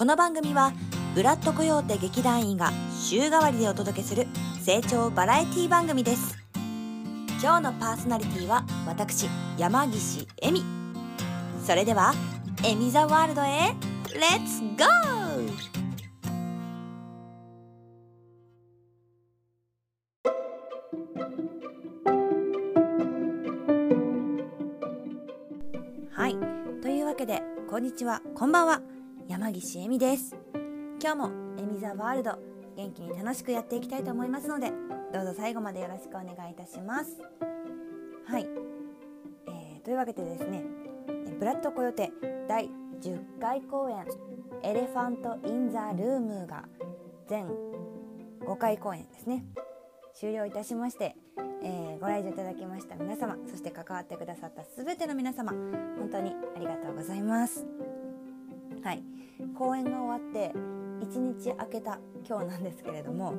この番組はブラッドコヨーテ劇団員が週替わりでお届けする成長バラエティ番組です。今日のパーソナリティは私山岸恵美。それではエミザワールドへレッツゴー。はい、というわけでこんにちは、こんばんは、山岸恵美です。今日もエミザワールド元気に楽しくやっていきたいと思いますので、どうぞ最後までよろしくお願いいたします。はい、というわけでですね、ブラッドコヨテ第10回公演エレファント・イン・ザ・ルームが全5回公演ですね、終了いたしまして、ご来場いただきました皆様、そして関わってくださったすべての皆様、本当にありがとうございます。はい、公演が終わって1日空けた今日なんですけれども、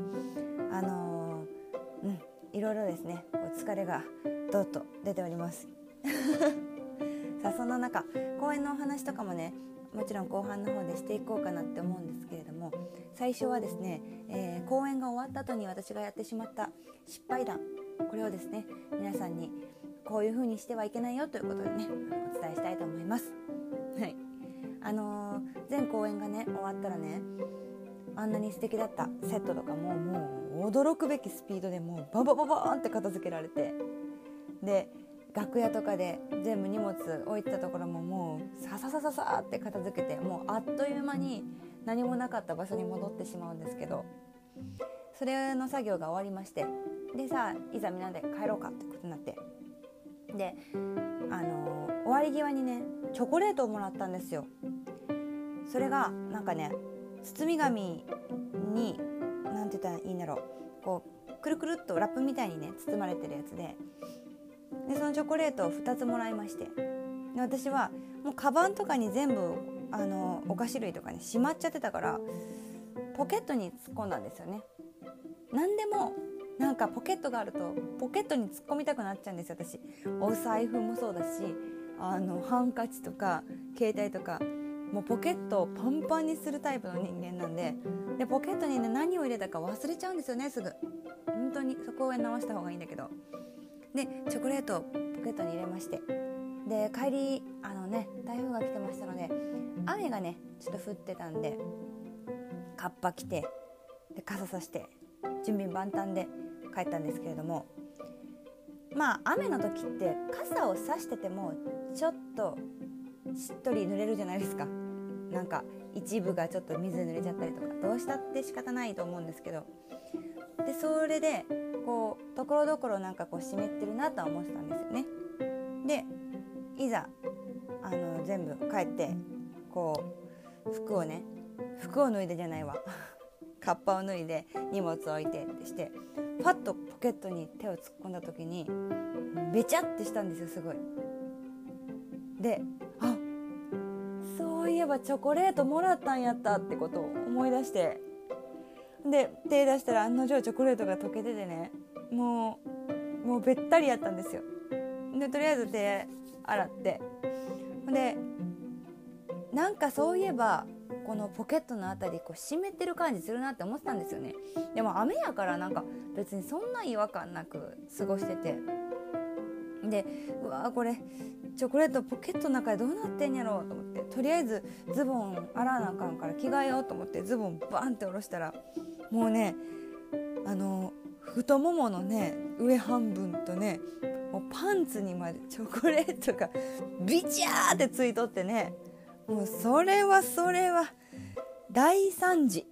いろいろですね、こう疲れがどっと出ておりますさあ、そんな中公演のお話とかもね、もちろん後半の方でしていこうかなって思うんですけれども、最初はですね、公演が終わった後に私がやってしまった失敗談、これをですね、皆さんにこういう風にしてはいけないよということでね、お伝えしたいと思います。はい、全公演がね終わったらね、あんなに素敵だったセットとかもう驚くべきスピードでもうババババーンって片付けられて、で楽屋とかで全部荷物置いてたところももうサササササって片付けて、もうあっという間に何もなかった場所に戻ってしまうんですけど、それの作業が終わりまして、でさあいざみんなで帰ろうかってことになって、で終わり際にねチョコレートをもらったんですよ。それがなんかね、包み紙になんて言ったらいいんだろう、こうくるくるっとラップみたいにね包まれてるやつで、そのチョコレートを2つもらいまして、で私はもうカバンとかに全部お菓子類とかにしまっちゃってたから、ポケットに突っ込んだんですよね。何でもなんかポケットがあるとポケットに突っ込みたくなっちゃうんですよ、私。お財布もそうだし、ハンカチとか携帯とか、もうポケットをパンパンにするタイプの人間なんで、ポケットにね何を入れたか忘れちゃうんですよね、すぐ。本当にそこを直した方がいいんだけど。でチョコレートをポケットに入れまして、で帰り台風が来てましたので、雨がねちょっと降ってたんで、カッパ着て、で傘さして準備万端で帰ったんですけれども、まあ雨の時って傘をさしててもちょっとしっとり濡れるじゃないですか。なんか一部がちょっと水濡れちゃったりとか、どうしたって仕方ないと思うんですけど、でそれでこうところどころなんかこう湿ってるなとは思ってたんですよね。でいざ全部帰ってこう服を脱いでじゃないわカッパを脱いで荷物を置いてってして、パッとポケットに手を突っ込んだ時にべちゃってしたんですよ、すごい。で、あ、そういえばチョコレートもらったんやったってことを思い出して、で手出したら案の定チョコレートが溶けててね、もうべったりやったんですよ。でとりあえず手洗って、でなんかそういえばこのポケットのあたりこう湿ってる感じするなって思ってたんですよね。でも雨やからなんか別にそんな違和感なく過ごしてて、でうわこれチョコレートポケットの中でどうなってんやろうと思って、とりあえずズボン洗わなあかんから着替えようと思ってズボンバンって下ろしたら、もうね太もものね上半分とね、もうパンツにまでチョコレートがビチャーってついとってね、もうそれは大惨事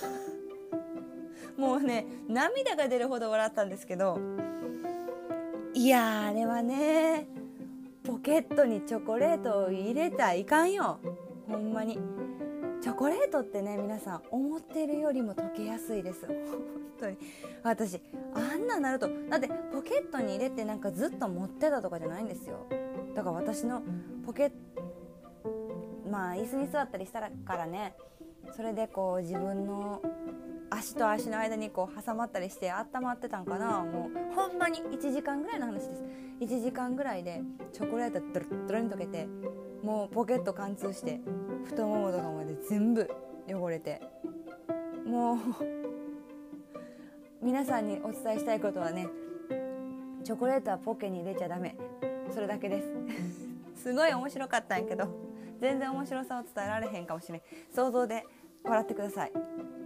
もうね涙が出るほど笑ったんですけど、いやあれはね、ポケットにチョコレートを入れたらいかんよ、ほんまに。チョコレートってね、皆さん思っているよりも溶けやすいです本当に。私あんななると、だってポケットに入れてなんかずっと持ってたとかじゃないんですよ。だから私のポケット、まあ椅子に座ったりしたからね、それでこう自分の足と足の間にこう挟まったりして温まってたんかな。もうほんまに1時間ぐらいの話です。1時間ぐらいでチョコレートドロッドロに溶けて、もうポケット貫通して太ももとかまで全部汚れて。もう皆さんにお伝えしたいことはね、チョコレートはポケに入れちゃダメ、それだけですすごい面白かったんやけど、全然面白さを伝えられへんかもしれん。想像で笑ってください。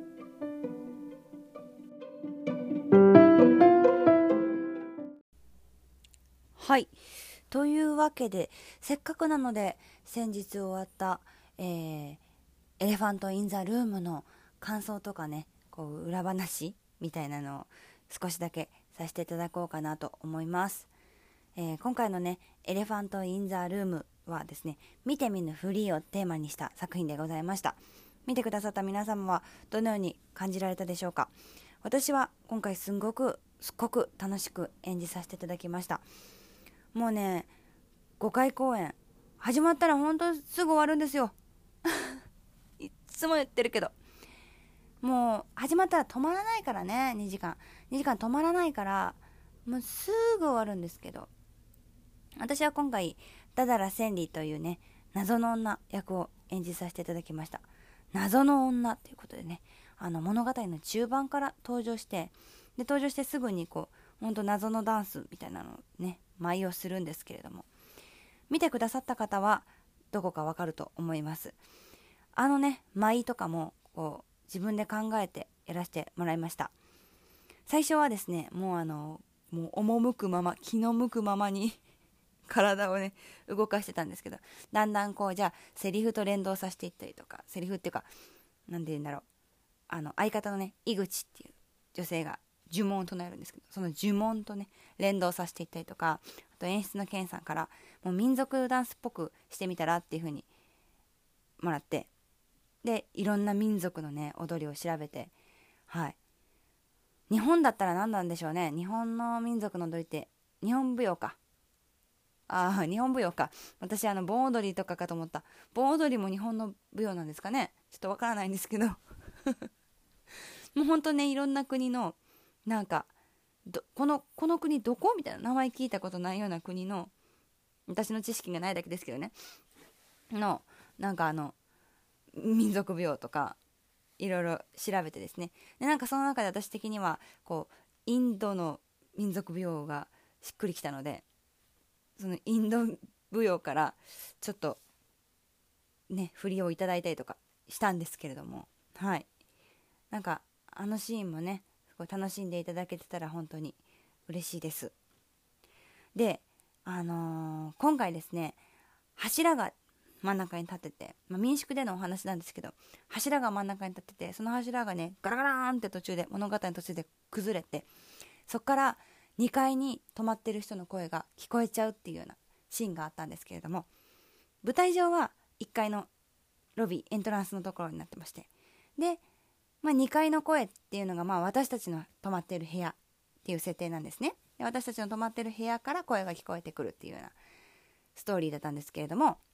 はい、というわけで、せっかくなので先日終わった、エレファント・イン・ザ・ルームの感想とかね、こう裏話みたいなのを少しだけさせていただこうかなと思います。今回のね、エレファント・イン・ザ・ルームはですね、見て見ぬフリーをテーマにした作品でございました。見てくださった皆様はどのように感じられたでしょうか。私は今回すっごく楽しく演じさせていただきました。もうね、5回公演始まったら本当すぐ終わるんですよいつも言ってるけど、もう始まったら止まらないからね。2時間止まらないから、もうすぐ終わるんですけど、私は今回ダダラ千里というね、謎の女役を演じさせていただきました。謎の女ということでね、物語の中盤から登場して、で登場してすぐにこう本当謎のダンスみたいなのをね、舞をするんですけれども、見てくださった方はどこかわかると思います。舞とかもこう自分で考えてやらせてもらいました。最初はですね、もう赴くまま、気の向くままに体をね動かしてたんですけど、だんだんこう、じゃあセリフと連動させていったりとか、セリフっていうか、なんて言うんだろう、相方のね、井口っていう女性が呪文を唱えるんですけど、その呪文とね連動させていったりとか、あと演出のケンさんからもう民族ダンスっぽくしてみたらっていう風にもらって、でいろんな民族のね踊りを調べて、はい、日本だったら何なんでしょうね。日本の民族の踊りって日本舞踊か。日本舞踊か。私盆踊りとかかと思った。盆踊りも日本の舞踊なんですかね。ちょっとわからないんですけどもうほんとね、いろんな国のなんかこの国どこみたいな、名前聞いたことないような国の、私の知識がないだけですけどね、のなんか民族舞踊とかいろいろ調べてですね、でなんかその中で私的にはこうインドの民族舞踊がしっくりきたので、そのインド舞踊からちょっとね振りをいただいたりとかしたんですけれども、はい、なんかシーンもねすごい楽しんでいただけてたら本当に嬉しいです。で今回ですね、柱が真ん中に立ってて、民宿でのお話なんですけど、柱が真ん中に立ってて、その柱がねガラガラーンって物語の途中で崩れて、そこから2階に泊まってる人の声が聞こえちゃうっていうようなシーンがあったんですけれども、舞台上は1階のロビーエントランスのところになってまして、で、2階の声っていうのが私たちの泊まっている部屋っていう設定なんですね。で私たちの泊まっている部屋から声が聞こえてくるっていうようなストーリーだったんですけれども、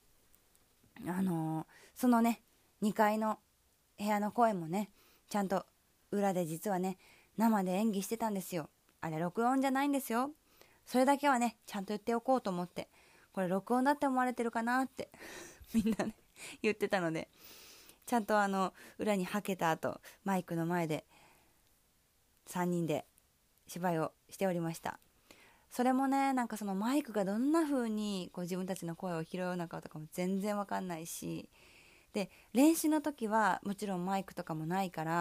そのね2階の部屋の声もね、ちゃんと裏で実はね生で演技してたんですよ。あれ録音じゃないんですよ。それだけはねちゃんと言っておこうと思って、これ録音だって思われてるかなってみんなね言ってたので、ちゃんと裏にはけた後マイクの前で3人で芝居をしておりました。それもね、なんかそのマイクがどんな風にこう自分たちの声を拾うのかとかも全然わかんないし、で練習の時はもちろんマイクとかもないから、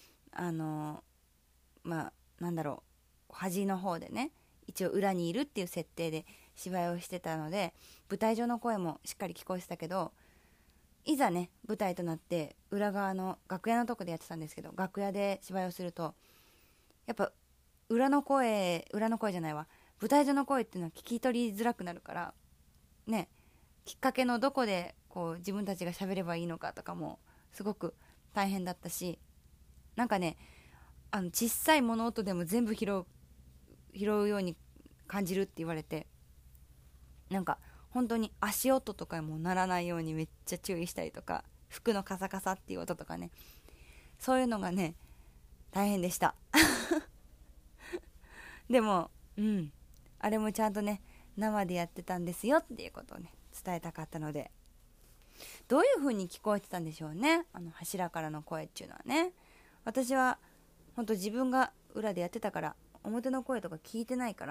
なんだろう、端の方でね一応裏にいるっていう設定で芝居をしてたので、舞台上の声もしっかり聞こえてたけど、いざね舞台となって裏側の楽屋のとこでやってたんですけど、楽屋で芝居をするとやっぱ裏の声じゃないわ、舞台上の声っていうのは聞き取りづらくなるからね、きっかけのどこでこう自分たちが喋ればいいのかとかもすごく大変だったし、なんかね小さい物音でも全部拾うように感じるって言われて、なんか本当に足音とかも鳴らないようにめっちゃ注意したりとか、服のカサカサっていう音とかね、そういうのがね大変でしたでもあれもちゃんとね生でやってたんですよっていうことをね伝えたかったので、 どういう風に聞こえてたんでしょうね、柱からの声っていうのはね。私は本当自分が裏でやってたから表の声とか聞いてないから、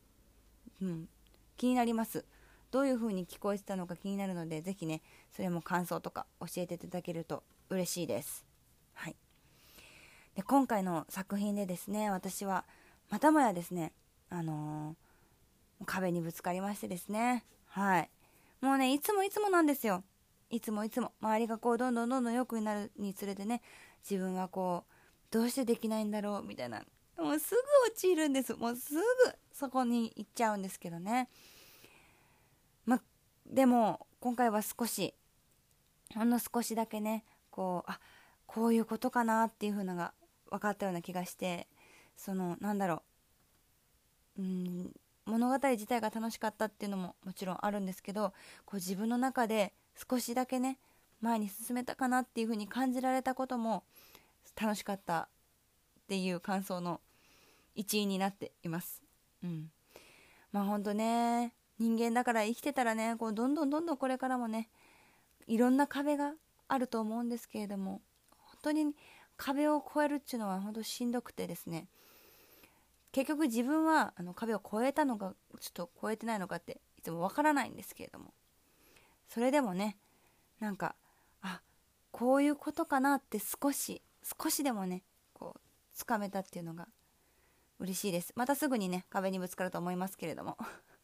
気になります。どういう風に聞こえてたのか気になるので、ぜひねそれも感想とか教えていただけると嬉しいです。はい。で今回の作品でですね、私はまたもやですね、壁にぶつかりましてですね、はい。もうねいつもなんですよ。いつも周りがこうどんどん良くなるにつれてね、自分はこうどうしてできないんだろうみたいな、もうすぐ陥るんです。もうすぐそこに行っちゃうんですけどね。でも今回はほんの少しだけね、こういうことかなっていう風なのが分かったような気がして、物語自体が楽しかったっていうのももちろんあるんですけど、こう自分の中で少しだけね前に進めたかなっていう風に感じられたことも楽しかったっていう感想の一因になっています。ほんとね、人間だから生きてたらね、こうどんどんこれからもねいろんな壁があると思うんですけれども、本当に壁を越えるっていうのは本当しんどくてですね、結局自分は壁を越えたのかちょっと越えてないのかっていつもわからないんですけれども、それでもねこういうことかなって少しでもねこうつかめたっていうのが嬉しいです。またすぐにね壁にぶつかると思いますけれども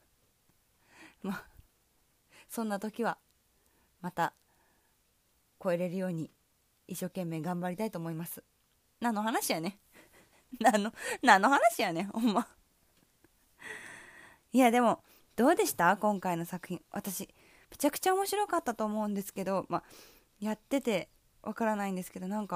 そんな時はまた超えれるように一生懸命頑張りたいと思います。何の話やね何の話やねほんま。いやでもどうでした今回の作品。私めちゃくちゃ面白かったと思うんですけど、やっててわからないんですけど、なん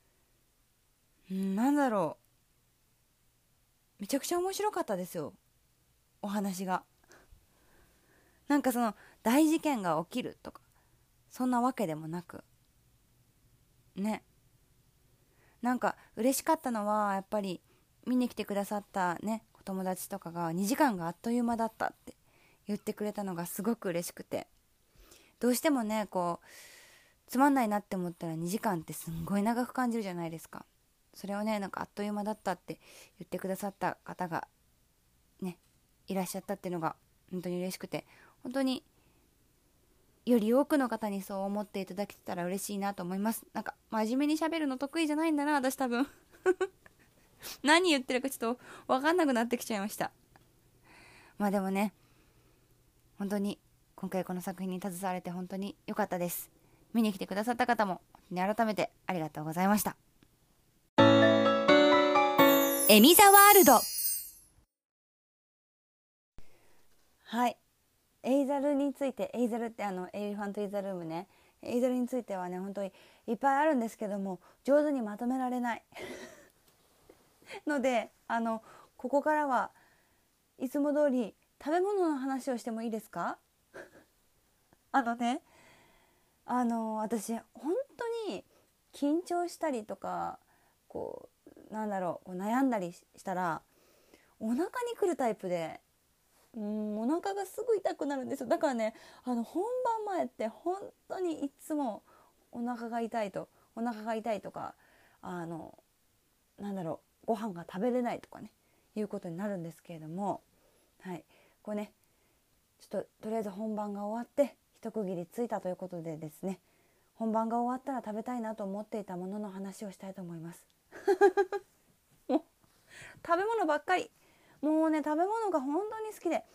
だろう、めちゃくちゃ面白かったですよ、お話が。その大事件が起きるとかそんなわけでもなくね、嬉しかったのはやっぱり見に来てくださったねお友達とかが2時間があっという間だったって言ってくれたのがすごく嬉しくて、どうしてもねこうつまんないなって思ったら2時間ってすんごい長く感じるじゃないですか。それをねあっという間だったって言ってくださった方がねいらっしゃったっていうのが本当に嬉しくて、本当により多くの方にそう思っていただけたら嬉しいなと思います。真面目に喋るの得意じゃないんだな私多分何言ってるかちょっと分かんなくなってきちゃいました。でもね本当に今回この作品に携われて本当に良かったです。見に来てくださった方も、改めてありがとうございました。エミザワールド。はい、エイザルについて、エイザルってエレファント・イン・ザ・ルームね、エイザルについてはね本当にいっぱいあるんですけども上手にまとめられないのでここからはいつも通り食べ物の話をしてもいいですか私本当に緊張したりとかこう悩んだりしたらお腹にくるタイプで、お腹がすぐ痛くなるんですよ。だからね本番前って本当にいつもお腹が痛いとかご飯が食べれないとかねいうことになるんですけれども、これねちょっととりあえず本番が終わって一区切りついたということでですね、本番が終わったら食べたいなと思っていたものの話をしたいと思いますもう食べ物ばっかり、もうね食べ物が本当に好きで、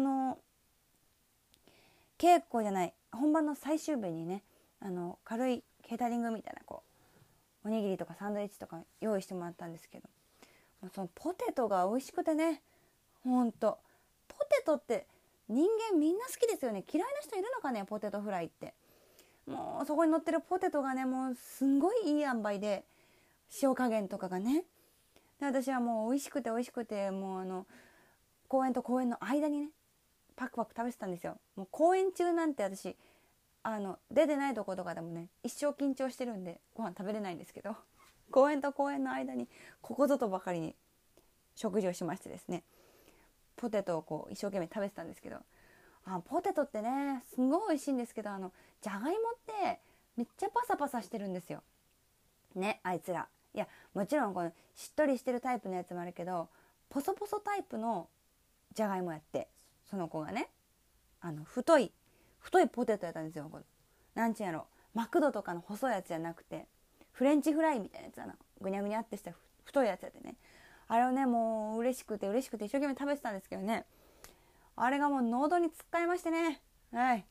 稽古じゃない本番の最終日にね軽いケータリングみたいなおにぎりとかサンドイッチとか用意してもらったんですけど、そのポテトが美味しくてね、ほんとポテトって人間みんな好きですよね。嫌いな人いるのかね、ポテトフライって。もうそこに乗ってるポテトがねもうすんごいいい塩梅で、塩加減とかがね、で私はもう美味しくてもう公演と公演の間にねパクパク食べてたんですよ。もう公演中なんて私出てないとことかでもね一生緊張してるんでご飯食べれないんですけど、公演と公演の間にここぞとばかりに食事をしましてですね、ポテトを一生懸命食べてたんですけど、ポテトってねすごい美味しいんですけどじゃがいもってめっちゃパサパサしてるんですよね、あいつら。いやもちろんこのしっとりしてるタイプのやつもあるけど、ポソポソタイプのじゃがいもやって、その子がね太いポテトやったんですよ。このなんちゅうんやろ、マクドとかの細いやつじゃなくて、フレンチフライみたいなやつだな、ぐにゃぐにゃってした太いやつやってね、あれをねもう嬉しくて一生懸命食べてたんですけどね、あれがもう喉につっかえましてね、はい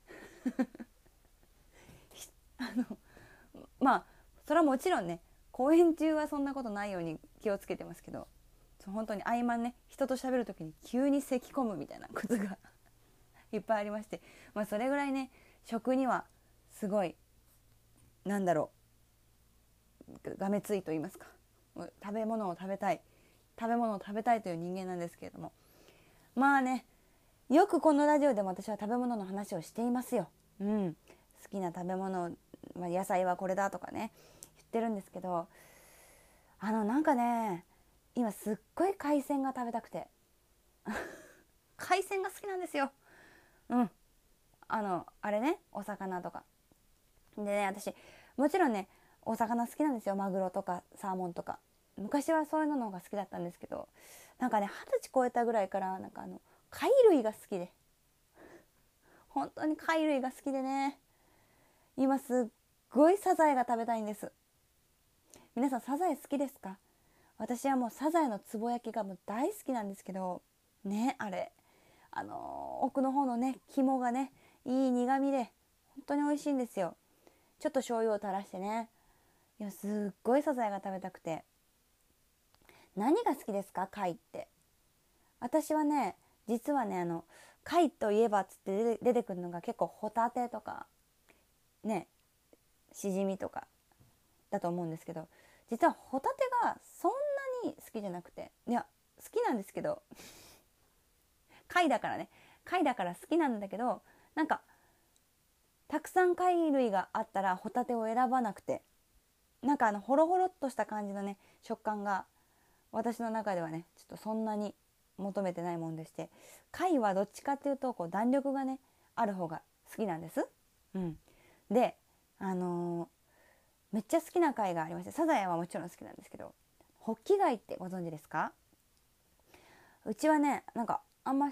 まあそれはもちろんね、公演中はそんなことないように気をつけてますけど、本当に合間ね、人と喋る時に急に咳込むみたいなことがいっぱいありまして、それぐらいね、食にはすごいがめついと言いますか、食べ物を食べたいという人間なんですけれども、よくこのラジオでも私は食べ物の話をしていますよ。好きな食べ物、野菜はこれだとかね言ってるんですけど、なんかね、今すっごい海鮮が食べたくて海鮮が好きなんですよ。あれね、お魚とかでね、私もちろんねお魚好きなんですよ。マグロとかサーモンとか、昔はそういうのが好きだったんですけど、なんかね20歳超えたぐらいから貝類が好きで、本当に貝類が好きでね、今すっごいサザエが食べたいんです。皆さんサザエ好きですか？私はもうサザエのつぼ焼きがもう大好きなんですけどね、あれ奥の方のね肝がねいい苦味で本当に美味しいんですよ。ちょっと醤油を垂らしてね、いやすっごいサザエが食べたくて。何が好きですか？貝って。私はね実はね貝といえばっつって出てくるのが結構ホタテとかね、シジミとかだと思うんですけど、実はホタテがそんなに好きじゃなくて、いや好きなんですけど貝だから好きなんだけど、なんかたくさん貝類があったらホタテを選ばなくて、なんかホロホロっとした感じのね食感が私の中ではねちょっとそんなに求めてないもんでして、貝はどっちかっていうとこう弾力がねある方が好きなんです。でめっちゃ好きな貝がありまして、サザエはもちろん好きなんですけど、ホッキ貝ってご存知ですか？うちはねなんかあんま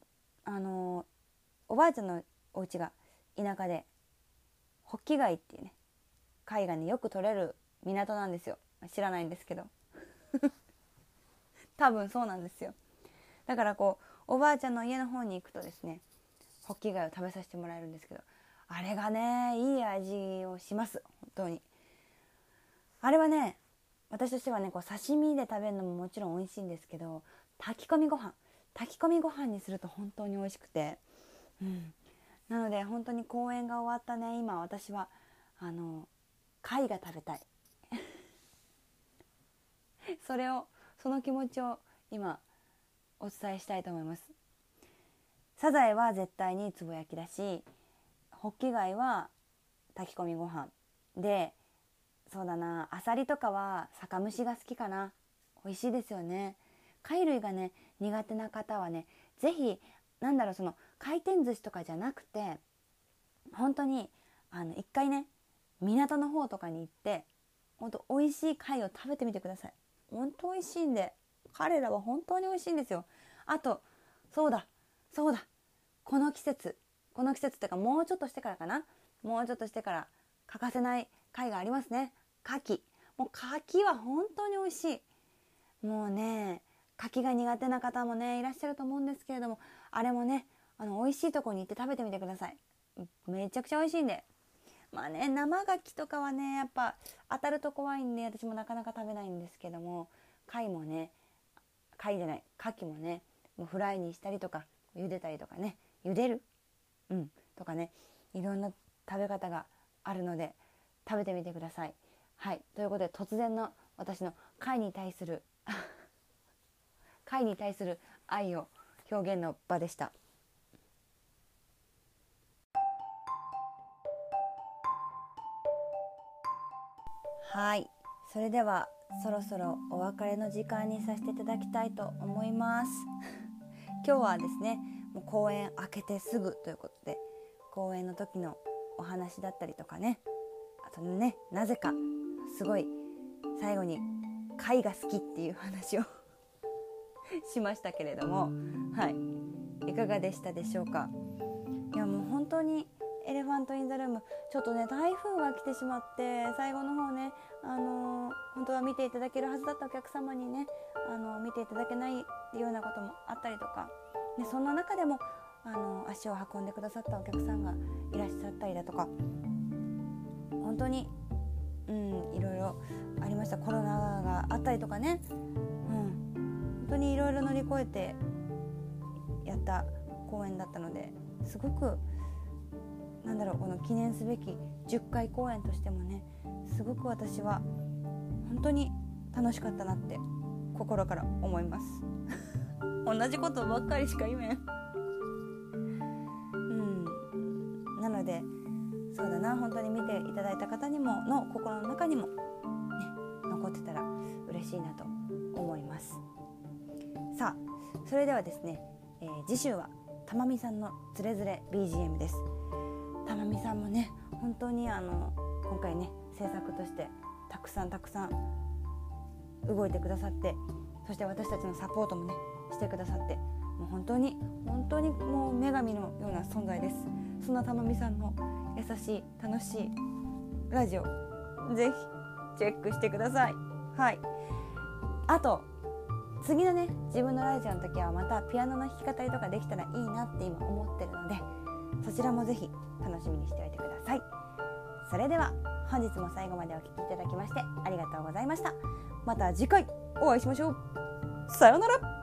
おばあちゃんのお家が田舎で、ホッキ貝っていうね貝がねよく取れる港なんですよ。知らないんですけど多分そうなんですよ。だからこうおばあちゃんの家の方に行くとですね、ホッキ貝を食べさせてもらえるんですけど、あれがねいい味をします。本当にあれはね、私としてはねこう刺身で食べるのももちろん美味しいんですけど、炊き込みご飯にすると本当に美味しくて、なので本当に公演が終わったね今、私は貝が食べたいその気持ちを今お伝えしたいと思います。サザエは絶対につぼ焼きだし、ホッキ貝は炊き込みご飯で、そうだな、アサリとかは酒蒸しが好きかな。美味しいですよね。貝類がね苦手な方はね、ぜひその回転寿司とかじゃなくて、本当に一回ね港の方とかに行って本当美味しい貝を食べてみてください。本当美味しいんで、彼らは本当に美味しいんですよ。あとそうだこの季節っていうかもうちょっとしてから欠かせない貝がありますね。牡蠣。もう牡蠣は本当に美味しい。もうね牡蠣が苦手な方もねいらっしゃると思うんですけれども、あれもね美味しいとこに行って食べてみてください。めちゃくちゃ美味しいんで。生牡蠣とかはねやっぱ当たると怖いんで私もなかなか食べないんですけども、牡蠣もねもうフライにしたりとか茹でたりとかね、茹でるとかね、いろんな食べ方があるので食べてみてください。はい、ということで突然の私の貝に対する愛を表現の場でした。はい、それではそろそろお別れの時間にさせていただきたいと思います今日はですねもう公演開けてすぐということで、公演の時のお話だったりとかね、あとね、なぜかすごい最後に貝が好きっていう話をしましたけれども、はい、いかがでしたでしょうか。いやもう本当にエレファントインザルーム、ちょっとね台風が来てしまって最後の方ね、本当は見ていただけるはずだったお客様にね、見ていただけないようなこともあったりとか、でそんな中でも足を運んでくださったお客さんがいらっしゃったりだとか、本当にいろいろありました。コロナがあったりとかね、本当にいろいろ乗り越えてやった公演だったので、すごくこの記念すべき10回公演としてもね、すごく私は本当に楽しかったなって心から思います同じことばっかりしか言えんなので、そうだな、本当に見ていただいた方にもの心の中にも、ね、残ってたら嬉しいなと思います。さあ、それではですね、次週はたまみさんのつれづれ BGM です。たまみさんもね、本当に今回ね制作としてたくさん動いてくださって、そして私たちのサポートもねしてくださって、もう本当にもう女神のような存在です。そんなたまみさんの優しい楽しいラジオ、ぜひチェックしてください。はい。あと次のね自分のラジオの時はまたピアノの弾き語りとかできたらいいなって今思ってるので、そちらもぜひ楽しみにしておいてください。それでは本日も最後までお聞きいただきましてありがとうございました。また次回お会いしましょう。さようなら。